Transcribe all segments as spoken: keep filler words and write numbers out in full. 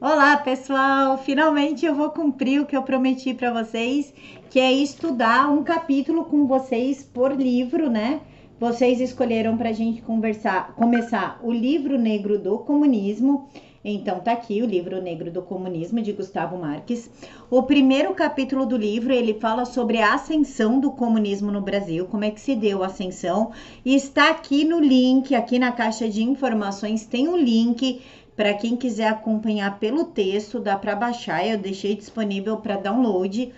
Olá, pessoal! Finalmente eu vou cumprir o que eu prometi para vocês, que é estudar um capítulo com vocês por livro, né? Vocês escolheram para a gente conversar, começar o Livro Negro do Comunismo. Então tá aqui o Livro Negro do Comunismo de Gustavo Marques. O primeiro capítulo do livro, ele fala sobre a ascensão do comunismo no Brasil, como é que se deu a ascensão. E está aqui no link, aqui na caixa de informações tem um link. Para quem quiser acompanhar pelo texto, dá para baixar, eu deixei disponível para download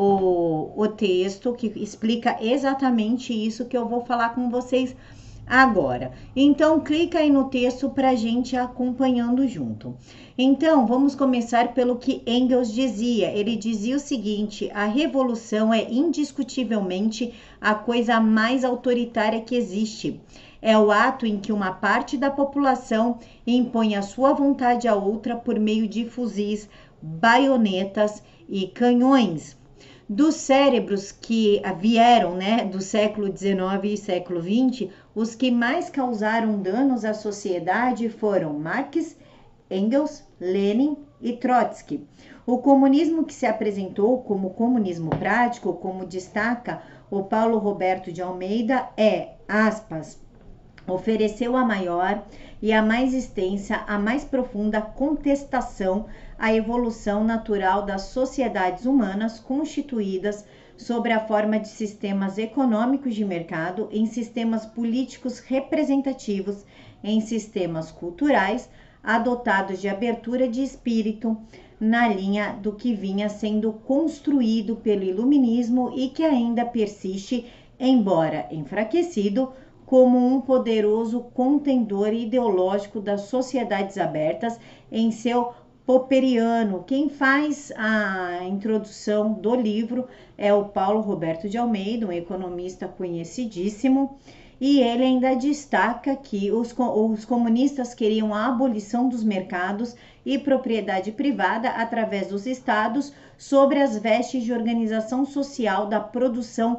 o, o texto que explica exatamente isso que eu vou falar com vocês agora. Então, clica aí no texto para a gente acompanhando junto. Então, vamos começar pelo que Engels dizia. Ele dizia o seguinte: a revolução é indiscutivelmente a coisa mais autoritária que existe. É o ato em que uma parte da população impõe a sua vontade a outra por meio de fuzis, baionetas e canhões. Dos cérebros que vieram, né, do século dezenove e século vinte, os que mais causaram danos à sociedade foram Marx, Engels, Lenin e Trotsky. O comunismo que se apresentou como comunismo prático, como destaca o Paulo Roberto de Almeida, é, aspas, ofereceu a maior e a mais extensa, a mais profunda contestação à evolução natural das sociedades humanas constituídas sobre a forma de sistemas econômicos de mercado, em sistemas políticos representativos, em sistemas culturais, adotados de abertura de espírito, na linha do que vinha sendo construído pelo iluminismo e que ainda persiste, embora enfraquecido, como um poderoso contendor ideológico das sociedades abertas em seu Popperiano. Quem faz a introdução do livro é o Paulo Roberto de Almeida, um economista conhecidíssimo, e ele ainda destaca que os, os comunistas queriam a abolição dos mercados e propriedade privada através dos estados sobre as vestes de organização social da produção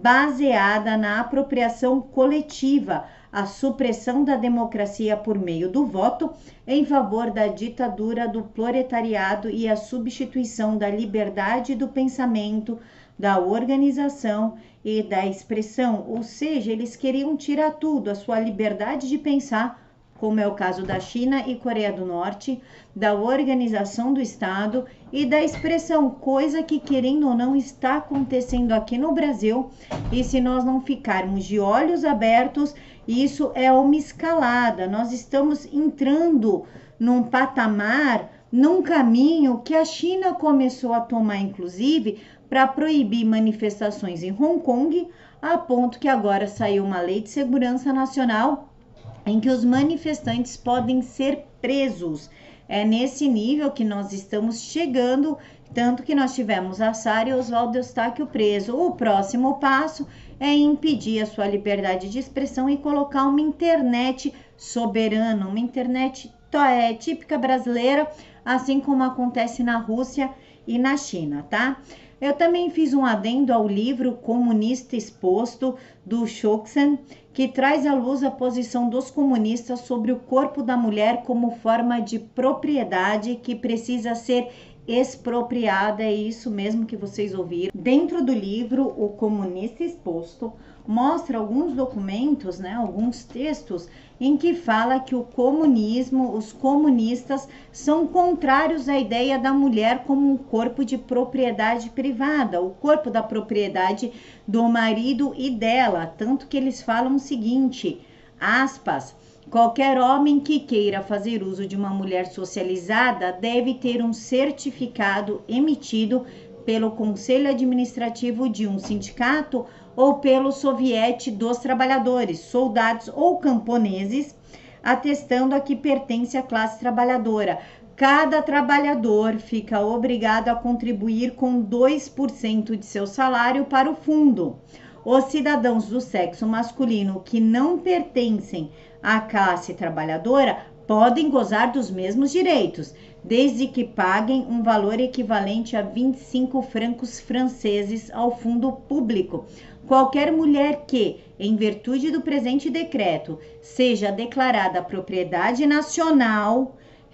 baseada na apropriação coletiva, a supressão da democracia por meio do voto em favor da ditadura do proletariado e a substituição da liberdade do pensamento, da organização e da expressão, ou seja, eles queriam tirar tudo, a sua liberdade de pensar, como é o caso da China e Coreia do Norte, da organização do Estado e da expressão, coisa que, querendo ou não, está acontecendo aqui no Brasil, e se nós não ficarmos de olhos abertos, isso é uma escalada, nós estamos entrando num patamar, num caminho que a China começou a tomar, inclusive, para proibir manifestações em Hong Kong, a ponto que agora saiu uma lei de segurança nacional em que os manifestantes podem ser presos. É nesse nível que nós estamos chegando, tanto que nós tivemos a Sara e Oswaldo Eustáquio preso. O próximo passo é impedir a sua liberdade de expressão e colocar uma internet soberana, uma internet é, típica brasileira, assim como acontece na Rússia e na China, tá? Eu também fiz um adendo ao livro Comunista Exposto, do Schocksen, que traz à luz a posição dos comunistas sobre o corpo da mulher como forma de propriedade que precisa ser expropriada. É isso mesmo que vocês ouviram. Dentro do livro O Comunista Exposto, mostra alguns documentos, né, alguns textos em que fala que o comunismo, os comunistas são contrários à ideia da mulher como um corpo de propriedade privada, o corpo da propriedade do marido e dela, tanto que eles falam o seguinte, aspas, qualquer homem que queira fazer uso de uma mulher socializada deve ter um certificado emitido pelo Conselho Administrativo de um sindicato ou pelo Soviete dos Trabalhadores, soldados ou camponeses, atestando a que pertence à classe trabalhadora. Cada trabalhador fica obrigado a contribuir com dois por cento de seu salário para o fundo. Os cidadãos do sexo masculino que não pertencem à classe trabalhadora podem gozar dos mesmos direitos, desde que paguem um valor equivalente a vinte e cinco francos franceses ao fundo público. Qualquer mulher que, em virtude do presente decreto, seja declarada propriedade nacional,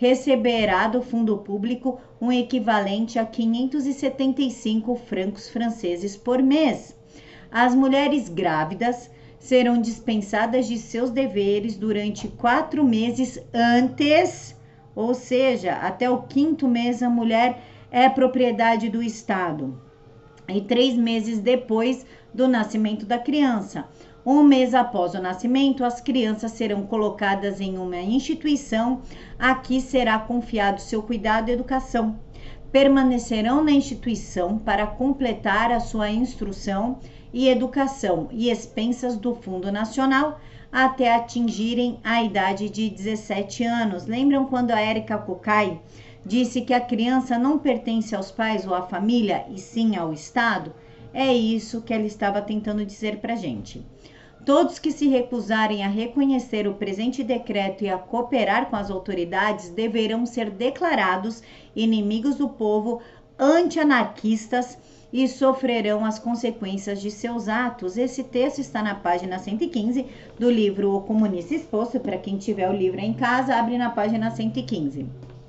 receberá do fundo público um equivalente a quinhentos e setenta e cinco francos franceses por mês. As mulheres grávidas serão dispensadas de seus deveres durante quatro meses antes, ou seja, até o quinto mês a mulher é propriedade do Estado, e três meses depois do nascimento da criança. Um mês após o nascimento, as crianças serão colocadas em uma instituição a que será confiado seu cuidado e educação. Permanecerão na instituição para completar a sua instrução e educação e expensas do Fundo Nacional até atingirem a idade de dezessete anos. Lembram quando a Érica Cocai disse que a criança não pertence aos pais ou à família, e sim ao Estado? É isso que ela estava tentando dizer para a gente. Todos que se recusarem a reconhecer o presente decreto e a cooperar com as autoridades deverão ser declarados inimigos do povo, anti-anarquistas, e sofrerão as consequências de seus atos. Esse texto está na página cento e quinze do livro O Comunista Exposto. Para quem tiver o livro em casa, abre na página cento e quinze.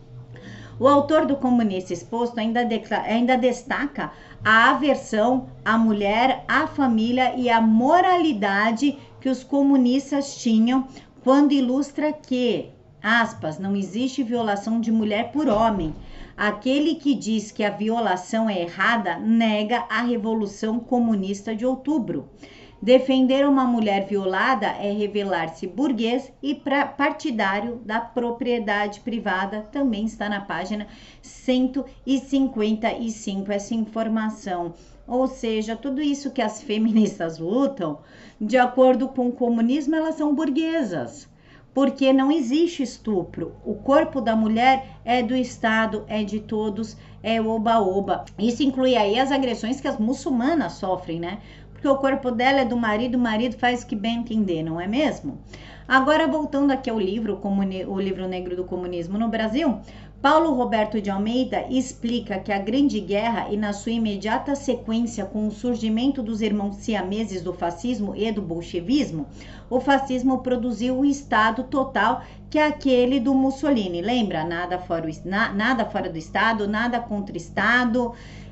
O autor do Comunista Exposto ainda, ainda destaca a aversão à mulher, à família e à moralidade que os comunistas tinham, quando ilustra que, aspas, não existe violação de mulher por homem. Aquele que diz que a violação é errada nega a Revolução Comunista de Outubro. Defender uma mulher violada é revelar-se burguês e partidário da propriedade privada. Também está na página cento e cinquenta e cinco essa informação. Ou seja, tudo isso que as feministas lutam, de acordo com o comunismo, elas são burguesas. Porque não existe estupro. O corpo da mulher é do Estado, é de todos, é oba-oba. Isso inclui aí as agressões que as muçulmanas sofrem, né? Porque o corpo dela é do marido, o marido faz o que bem entender, não é mesmo? Agora, voltando aqui ao livro, o livro negro do comunismo no Brasil, Paulo Roberto de Almeida explica que a Grande Guerra e na sua imediata sequência com o surgimento dos irmãos siameses do fascismo e do bolchevismo, o fascismo produziu o Estado total, que é aquele do Mussolini. Lembra? Nada fora, o, na, nada fora do Estado, nada contra o Estado,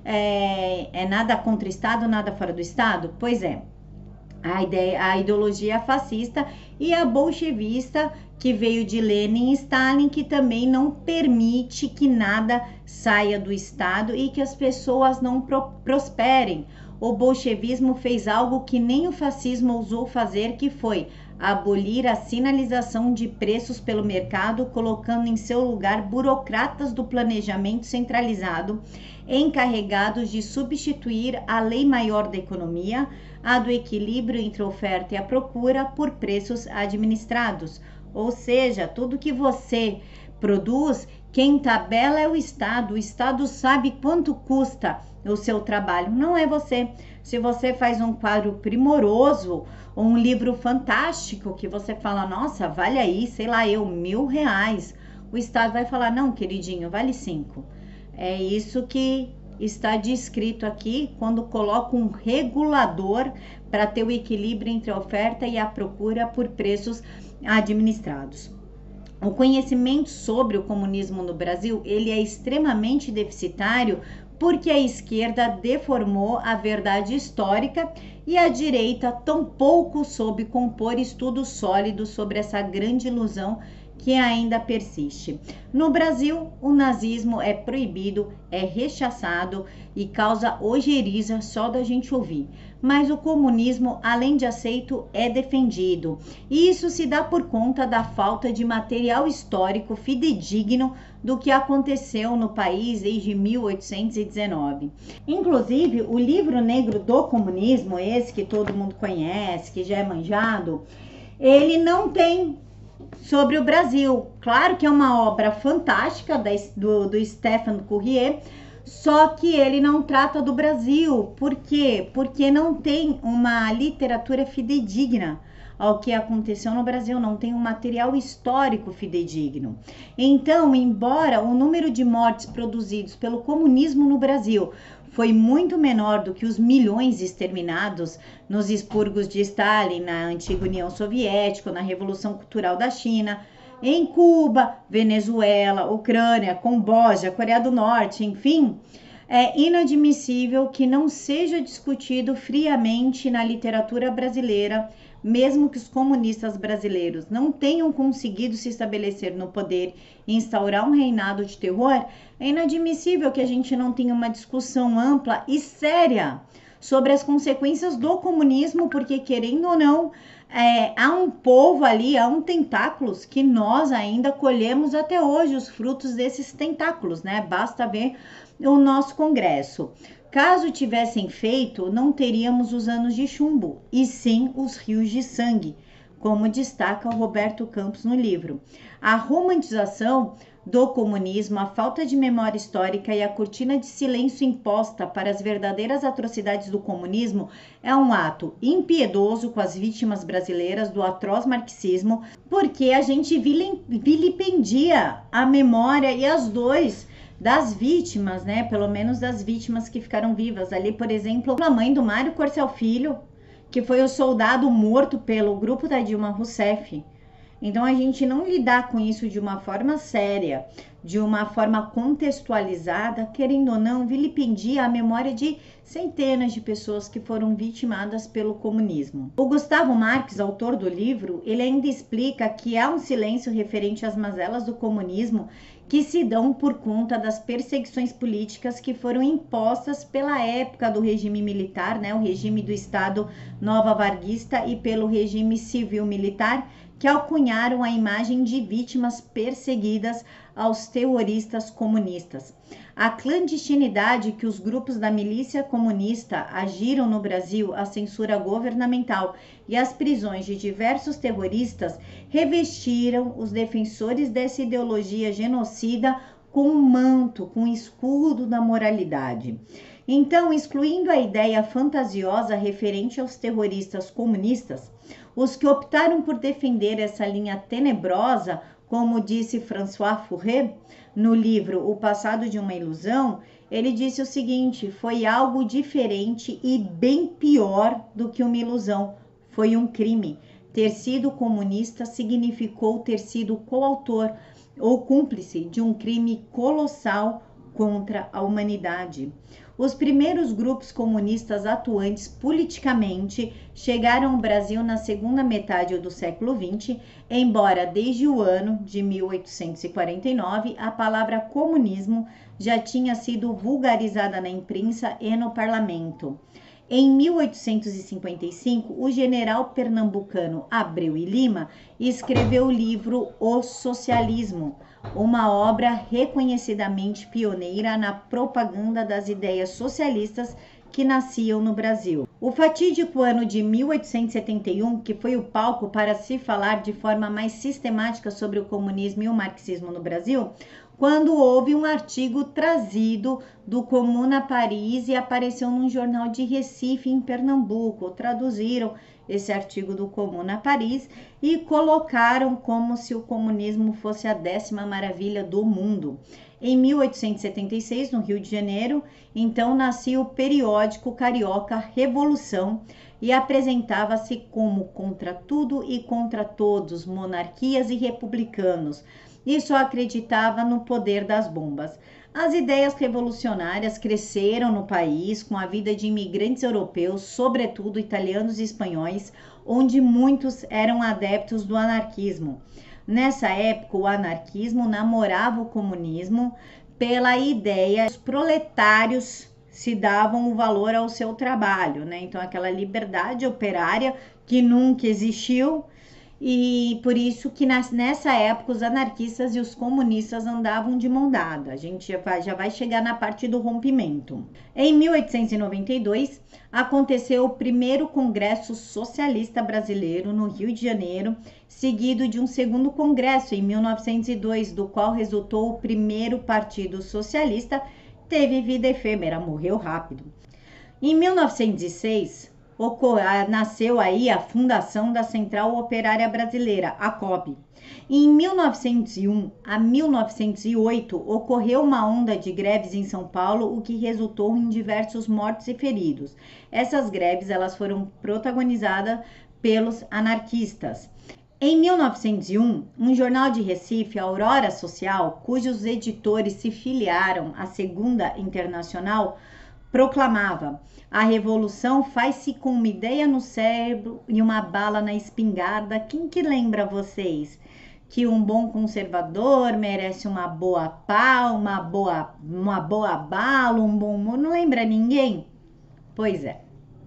é, é nada contra o Estado, nada fora do Estado? Pois é. A, ideia, a ideologia fascista e a bolchevista, que veio de Lenin e Stalin, que também não permite que nada saia do Estado e que as pessoas não pro, prosperem. O bolchevismo fez algo que nem o fascismo ousou fazer, que foi abolir a sinalização de preços pelo mercado, colocando em seu lugar burocratas do planejamento centralizado, encarregados de substituir a lei maior da economia, a do equilíbrio entre a oferta e a procura, por preços administrados. Ou seja, tudo que você produz, quem tabela é o Estado. O Estado sabe quanto custa o seu trabalho, não é você. Se você faz um quadro primoroso ou um livro fantástico que você fala, nossa, vale aí, sei lá eu, mil reais, o Estado vai falar, não, queridinho, vale cinco. É isso que está descrito aqui quando coloca um regulador para ter o equilíbrio entre a oferta e a procura por preços administrados. O conhecimento sobre o comunismo no Brasil, ele é extremamente deficitário porque a esquerda deformou a verdade histórica e a direita tampouco soube compor estudos sólidos sobre essa grande ilusão que ainda persiste. No Brasil, o nazismo é proibido, é rechaçado e causa ojeriza só da gente ouvir. Mas o comunismo, além de aceito, é defendido. E isso se dá por conta da falta de material histórico fidedigno do que aconteceu no país desde mil oitocentos e dezenove. Inclusive, o livro negro do comunismo, esse que todo mundo conhece, que já é manjado, ele não tem sobre o Brasil. Claro que é uma obra fantástica da, do, do Stéphane Courrier, só que ele não trata do Brasil. Por quê? Porque não tem uma literatura fidedigna ao que aconteceu no Brasil, não tem um material histórico fidedigno. Então, embora o número de mortes produzidos pelo comunismo no Brasil foi muito menor do que os milhões exterminados nos expurgos de Stalin, na antiga União Soviética, na Revolução Cultural da China, em Cuba, Venezuela, Ucrânia, Camboja, Coreia do Norte, enfim, é inadmissível que não seja discutido friamente na literatura brasileira, mesmo que os comunistas brasileiros não tenham conseguido se estabelecer no poder e instaurar um reinado de terror. É inadmissível que a gente não tenha uma discussão ampla e séria sobre as consequências do comunismo, porque, querendo ou não, é, há um povo ali, há um tentáculos que nós ainda colhemos até hoje os frutos desses tentáculos, né? Basta ver o nosso Congresso. Caso tivessem feito, não teríamos os anos de chumbo, e sim os rios de sangue, como destaca o Roberto Campos no livro. A romantização do comunismo, a falta de memória histórica e a cortina de silêncio imposta para as verdadeiras atrocidades do comunismo é um ato impiedoso com as vítimas brasileiras do atroz marxismo, porque a gente vilipendia a memória e as dores das vítimas, né? Pelo menos das vítimas que ficaram vivas. Ali, por exemplo, a mãe do Mário Corcel Filho, que foi o soldado morto pelo grupo da Dilma Rousseff. Então, a gente não lidar com isso de uma forma séria, de uma forma contextualizada, querendo ou não, vilipendia a memória de centenas de pessoas que foram vitimadas pelo comunismo. O Gustavo Marx, autor do livro, ele ainda explica que há um silêncio referente às mazelas do comunismo que se dão por conta das perseguições políticas que foram impostas pela época do regime militar, né, o regime do Estado nova-varguista, e pelo regime civil-militar, que alcunharam a imagem de vítimas perseguidas aos terroristas comunistas. A clandestinidade que os grupos da milícia comunista agiram no Brasil, a censura governamental e as prisões de diversos terroristas revestiram os defensores dessa ideologia genocida com um manto, com um escudo da moralidade. Então, excluindo a ideia fantasiosa referente aos terroristas comunistas, os que optaram por defender essa linha tenebrosa, como disse François Furet no livro O Passado de uma Ilusão, ele disse o seguinte: foi algo diferente e bem pior do que uma ilusão, foi um crime. Ter sido comunista significou ter sido coautor ou cúmplice de um crime colossal contra a humanidade. Os primeiros grupos comunistas atuantes politicamente chegaram ao Brasil na segunda metade do século vinte, embora desde o ano de mil oitocentos e quarenta e nove a palavra comunismo já tinha sido vulgarizada na imprensa e no parlamento. Em mil oitocentos e cinquenta e cinco, o general pernambucano Abreu e Lima escreveu o livro O Socialismo, uma obra reconhecidamente pioneira na propaganda das ideias socialistas que nasciam no Brasil. O fatídico ano de mil oitocentos e setenta e um, que foi o palco para se falar de forma mais sistemática sobre o comunismo e o marxismo no Brasil, quando houve um artigo trazido do Comuna Paris e apareceu num jornal de Recife, em Pernambuco. Traduziram esse artigo do Comuna Paris e colocaram como se o comunismo fosse a décima maravilha do mundo. Em mil oitocentos e setenta e seis, no Rio de Janeiro, então nascia o periódico carioca Revolução e apresentava-se como contra tudo e contra todos, monarquias e republicanos, e só acreditava no poder das bombas. As ideias revolucionárias cresceram no país com a vida de imigrantes europeus, sobretudo italianos e espanhóis, onde muitos eram adeptos do anarquismo. Nessa época, o anarquismo namorava o comunismo pela ideia que os proletários se davam o valor ao seu trabalho, né? Então, aquela liberdade operária que nunca existiu. E por isso que nas, nessa época os anarquistas e os comunistas andavam de mão dada. A gente já vai, já vai chegar na parte do rompimento. Em mil oitocentos e noventa e dois, aconteceu o primeiro Congresso Socialista Brasileiro no Rio de Janeiro, seguido de um segundo congresso em mil novecentos e dois, do qual resultou o primeiro Partido Socialista. Teve vida efêmera, morreu rápido. Em mil novecentos e seis, nasceu aí a fundação da Central Operária Brasileira, a C O B. Em mil novecentos e um a mil novecentos e oito, ocorreu uma onda de greves em São Paulo, o que resultou em diversos mortos e feridos. Essas greves elas foram protagonizadas pelos anarquistas. Em mil novecentos e um, um jornal de Recife, a Aurora Social, cujos editores se filiaram à Segunda Internacional, proclamava: a revolução faz-se com uma ideia no cérebro e uma bala na espingarda. Quem que lembra vocês que um bom conservador merece uma boa pá, uma boa, uma boa bala, um bom... Não lembra ninguém? Pois é.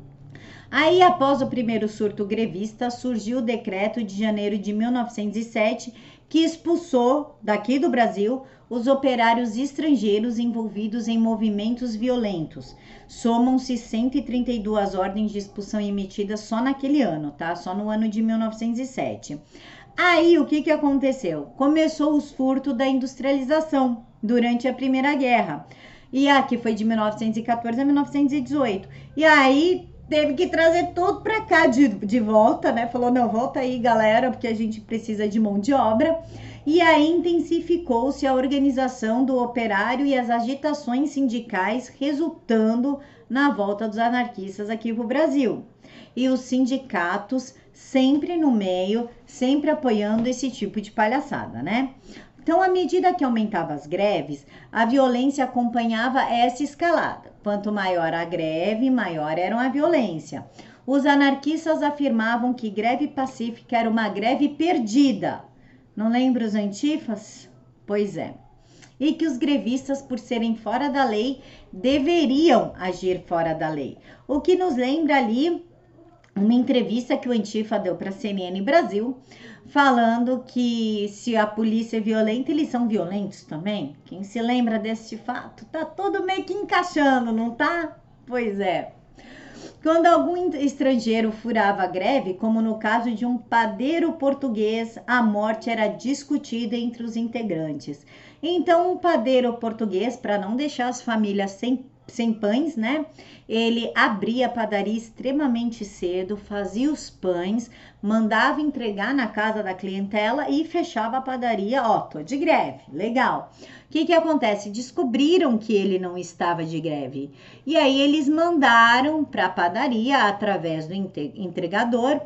Aí, após o primeiro surto grevista, surgiu o decreto de janeiro de mil novecentos e sete, que expulsou daqui do Brasil os operários estrangeiros envolvidos em movimentos violentos. Somam-se cento e trinta e duas ordens de expulsão emitidas só naquele ano, tá? Só no ano de mil novecentos e sete. Aí, o que que aconteceu? Começou o furto da industrialização durante a Primeira Guerra. E aqui foi de mil novecentos e quatorze a mil novecentos e dezoito. E aí teve que trazer tudo para cá de, de volta, né? Falou, não, volta aí, galera, porque a gente precisa de mão de obra. E aí intensificou-se a organização do operário e as agitações sindicais, resultando na volta dos anarquistas aqui para o Brasil. E os sindicatos sempre no meio, sempre apoiando esse tipo de palhaçada, né? Então, à medida que aumentavam as greves, a violência acompanhava essa escalada. Quanto maior a greve, maior era a violência. Os anarquistas afirmavam que greve pacífica era uma greve perdida. Não lembra os antifas? Pois é. E que os grevistas, por serem fora da lei, deveriam agir fora da lei. O que nos lembra ali uma entrevista que o Antifa deu para a C N N Brasil, falando que se a polícia é violenta, eles são violentos também. Quem se lembra desse fato? Tá todo meio que encaixando, não tá? Pois é. Quando algum estrangeiro furava a greve, como no caso de um padeiro português, a morte era discutida entre os integrantes. Então, um padeiro português, para não deixar as famílias sem sem pães, né? Ele abria a padaria extremamente cedo, fazia os pães, mandava entregar na casa da clientela e fechava a padaria. Ó, tô de greve, legal. O que que acontece? Descobriram que ele não estava de greve. E aí eles mandaram para a padaria, através do entregador,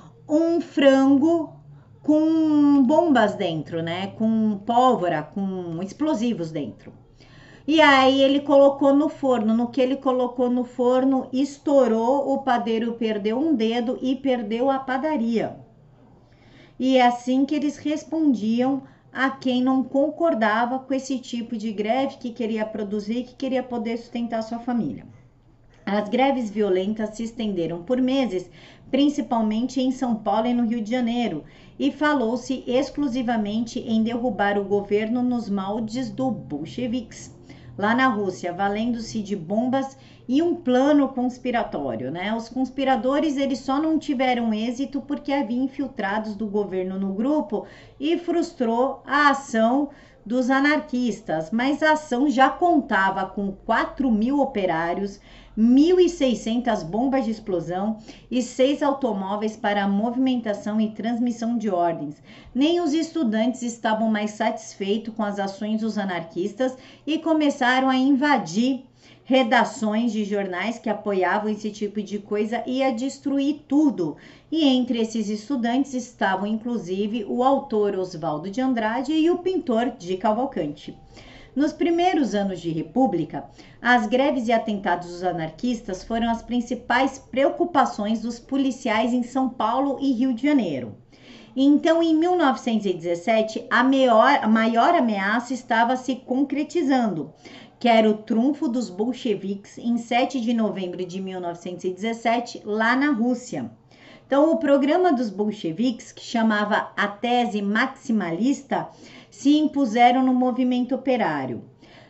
um frango com bombas dentro, né? Com pólvora, com explosivos dentro. E aí ele colocou no forno. No que ele colocou no forno, estourou, o padeiro perdeu um dedo e perdeu a padaria. E é assim que eles respondiam a quem não concordava com esse tipo de greve, que queria produzir, que queria poder sustentar sua família. As greves violentas se estenderam por meses, principalmente em São Paulo e no Rio de Janeiro, e falou-se exclusivamente em derrubar o governo nos moldes do bolcheviques. Lá na Rússia, valendo-se de bombas e um plano conspiratório, né? Os conspiradores, eles só não tiveram êxito porque havia infiltrados do governo no grupo e frustrou a ação dos anarquistas, mas a ação já contava com quatro mil operários, mil e seiscentas bombas de explosão e seis automóveis para a movimentação e transmissão de ordens. Nem os estudantes estavam mais satisfeitos com as ações dos anarquistas e começaram a invadir redações de jornais que apoiavam esse tipo de coisa e a destruir tudo. E entre esses estudantes estavam inclusive o autor Oswaldo de Andrade e o pintor de Cavalcante. Nos primeiros anos de República, as greves e atentados dos anarquistas foram as principais preocupações dos policiais em São Paulo e Rio de Janeiro. Então, em mil novecentos e dezessete, a maior, a maior ameaça estava se concretizando, que era o trunfo dos bolcheviques em sete de novembro de mil novecentos e dezessete, lá na Rússia. Então, o programa dos bolcheviques, que chamava a tese maximalista, se impuseram no movimento operário.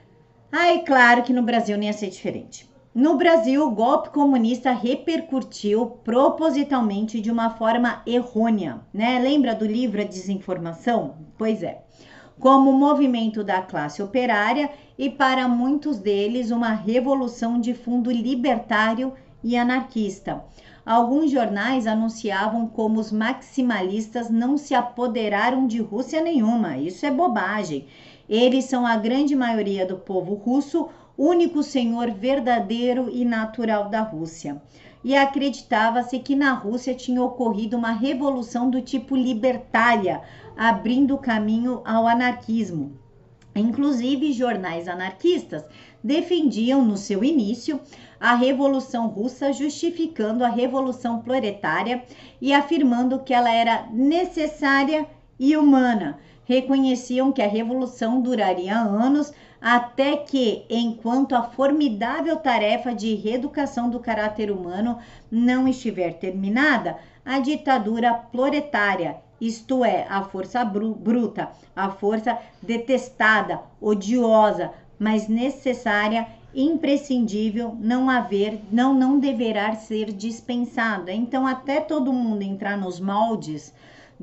Aí, claro que no Brasil não ia ser diferente. No Brasil, o golpe comunista repercutiu propositalmente de uma forma errônea, né? Lembra do livro A Desinformação? Pois é. Como movimento da classe operária e, para muitos deles, uma revolução de fundo libertário e anarquista. Alguns jornais anunciavam como os maximalistas não se apoderaram de Rússia nenhuma. Isso é bobagem. Eles são a grande maioria do povo russo, único senhor verdadeiro e natural da Rússia. e acreditava-se que na Rússia tinha ocorrido uma revolução do tipo libertária, abrindo caminho ao anarquismo. Inclusive, jornais anarquistas defendiam no seu início a Revolução Russa, justificando a Revolução Proletária e afirmando que ela era necessária e humana. Reconheciam que a revolução duraria anos, até que, enquanto a formidável tarefa de reeducação do caráter humano não estiver terminada, a ditadura proletária, isto é, a força bruta, a força detestada, odiosa, mas necessária, imprescindível, não haver, não, não deverá ser dispensada. Então, até todo mundo entrar nos moldes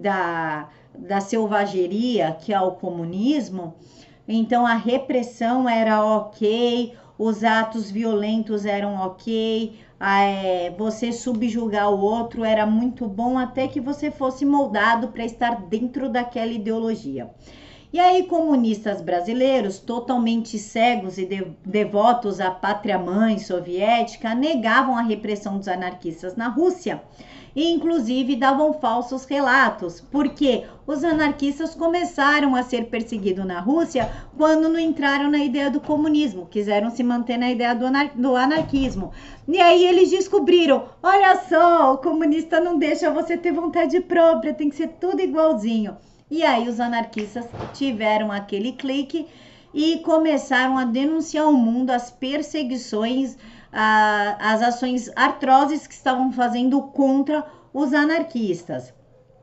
da, da selvageria, que é o comunismo, então a repressão era ok, os atos violentos eram ok, é, você subjugar o outro era muito bom, até que você fosse moldado para estar dentro daquela ideologia. E aí, comunistas brasileiros, totalmente cegos e de, devotos à pátria-mãe soviética, negavam a repressão dos anarquistas na Rússia e, inclusive, davam falsos relatos, porque os anarquistas começaram a ser perseguidos na Rússia quando não entraram na ideia do comunismo, quiseram se manter na ideia do, anar do anarquismo. E aí eles descobriram, olha só, o comunista não deixa você ter vontade própria, tem que ser tudo igualzinho. E aí os anarquistas tiveram aquele clique e começaram a denunciar ao mundo as perseguições, a, as ações atrozes que estavam fazendo contra os anarquistas.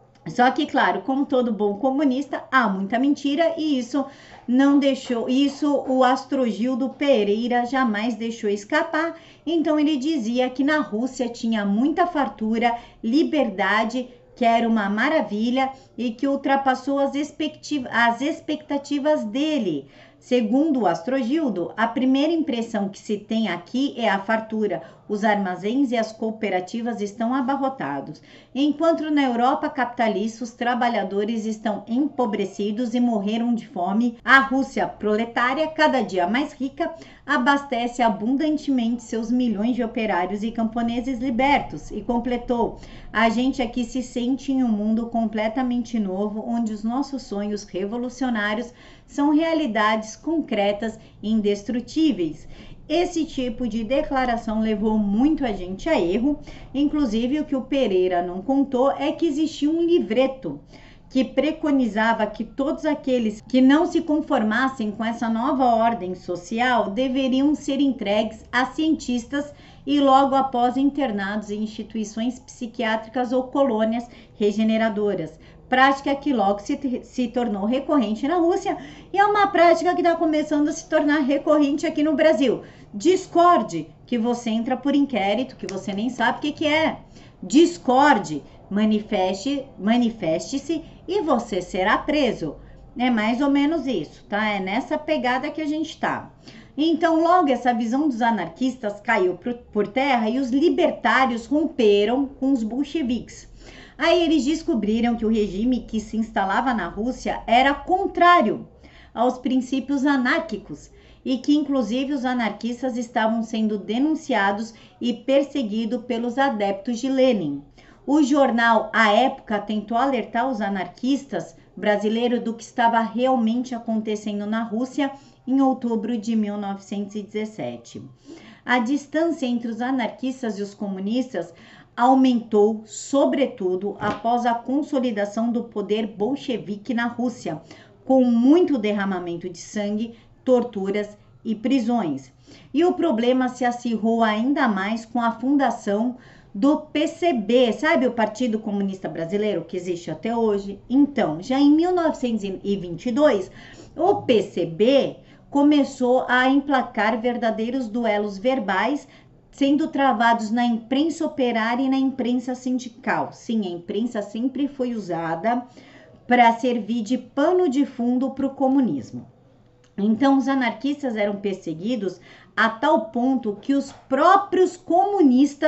Só que, claro, como todo bom comunista, há muita mentira e isso não deixou, isso o Astrogildo Pereira jamais deixou escapar. Então ele dizia que na Rússia tinha muita fartura, liberdade, que era uma maravilha e que ultrapassou as, expectativas, as expectativas dele. Segundo o Astrogildo, a primeira impressão que se tem aqui é a fartura. Os armazéns e as cooperativas estão abarrotados. Enquanto na Europa capitalista os trabalhadores estão empobrecidos e morreram de fome, a Rússia proletária, cada dia mais rica, abastece abundantemente seus milhões de operários e camponeses libertos. E completou, a gente aqui se sente em um mundo completamente novo, onde os nossos sonhos revolucionários são realidades concretas e indestrutíveis. Esse tipo de declaração levou muito a gente a erro, inclusive o que o Pereira não contou é que existia um livreto que preconizava que todos aqueles que não se conformassem com essa nova ordem social deveriam ser entregues a cientistas e logo após internados em instituições psiquiátricas ou colônias regeneradoras. Prática que logo se, se tornou recorrente na Rússia e é uma prática que está começando a se tornar recorrente aqui no Brasil. Discorde, que você entra por inquérito, que você nem sabe o que, que é. Discorde, manifeste, manifeste-se e você será preso. É mais ou menos isso, tá? É nessa pegada que a gente tá. Então, logo essa visão dos anarquistas caiu por, por terra e os libertários romperam com os bolcheviques. Aí eles descobriram que o regime que se instalava na Rússia era contrário aos princípios anárquicos e que inclusive os anarquistas estavam sendo denunciados e perseguidos pelos adeptos de Lenin. O jornal A Época tentou alertar os anarquistas brasileiros do que estava realmente acontecendo na Rússia em outubro de mil novecentos e dezessete. A distância entre os anarquistas e os comunistas aumentou, sobretudo, após a consolidação do poder bolchevique na Rússia, com muito derramamento de sangue, torturas e prisões. E o problema se acirrou ainda mais com a fundação do P C B, sabe o Partido Comunista Brasileiro, que existe até hoje? Então, já em mil novecentos e vinte e dois, o P C B começou a emplacar verdadeiros duelos verbais, sendo travados na imprensa operária e na imprensa sindical. Sim, a imprensa sempre foi usada para servir de pano de fundo para o comunismo. Então, os anarquistas eram perseguidos a tal ponto que os próprios comunistas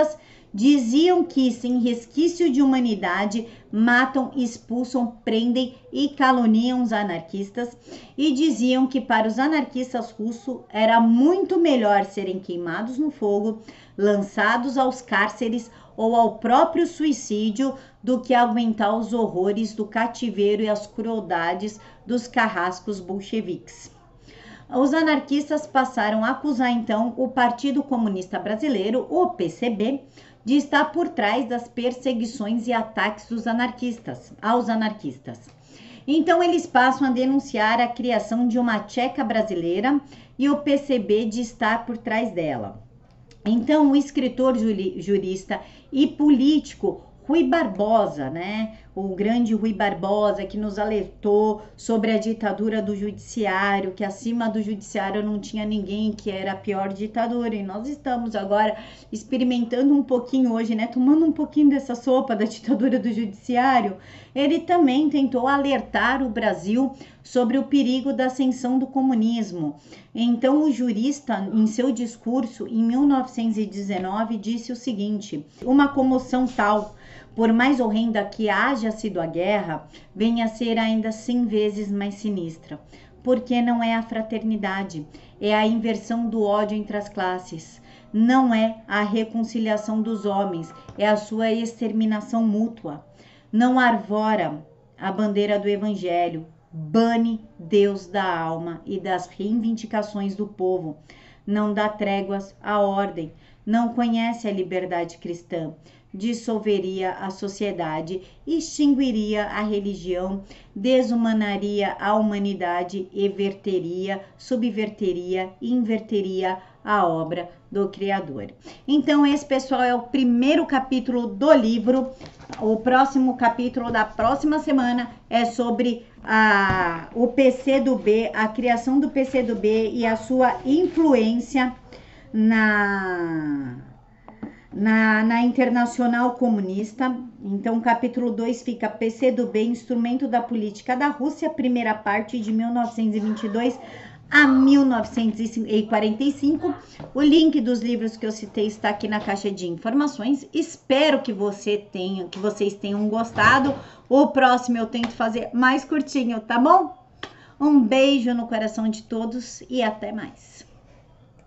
Diziam que, sem resquício de humanidade, matam, expulsam, prendem e caluniam os anarquistas, e diziam que para os anarquistas russos era muito melhor serem queimados no fogo, lançados aos cárceres ou ao próprio suicídio do que aguentar os horrores do cativeiro e as crueldades dos carrascos bolcheviques. Os anarquistas passaram a acusar então o Partido Comunista Brasileiro, o P C B, de estar por trás das perseguições e ataques dos anarquistas, aos anarquistas. Então eles passam a denunciar a criação de uma tcheca brasileira e o P C B de estar por trás dela. Então o escritor, jurista e político Rui Barbosa, né? O grande Rui Barbosa, que nos alertou sobre a ditadura do judiciário, que acima do judiciário não tinha ninguém, que era a pior ditadura. E nós estamos agora experimentando um pouquinho hoje, né? Tomando um pouquinho dessa sopa da ditadura do judiciário. Ele também tentou alertar o Brasil sobre o perigo da ascensão do comunismo. Então, o jurista, em seu discurso, em mil novecentos e dezenove, disse o seguinte: uma comoção tal, por mais horrenda que haja sido a guerra, venha a ser ainda cem vezes mais sinistra, porque não é a fraternidade, é a inversão do ódio entre as classes. Não é a reconciliação dos homens, é a sua exterminação mútua. Não arvora a bandeira do evangelho, bane Deus da alma e das reivindicações do povo. Não dá tréguas à ordem, não conhece a liberdade cristã, dissolveria a sociedade, extinguiria a religião, desumanaria a humanidade, everteria, subverteria e inverteria a obra do Criador. Então, esse, pessoal, é o primeiro capítulo do livro. O próximo capítulo da próxima semana é sobre a, o P C do B, a criação do P C do B e a sua influência na... Na, na Internacional Comunista. Então, capítulo dois fica P C do B, Instrumento da Política da Rússia, primeira parte, de mil novecentos e vinte e dois a mil novecentos e quarenta e cinco. O link dos livros que eu citei está aqui na caixa de informações. Espero que você tenha, que vocês tenham gostado. O próximo eu tento fazer mais curtinho, tá bom? Um beijo no coração de todos e até mais.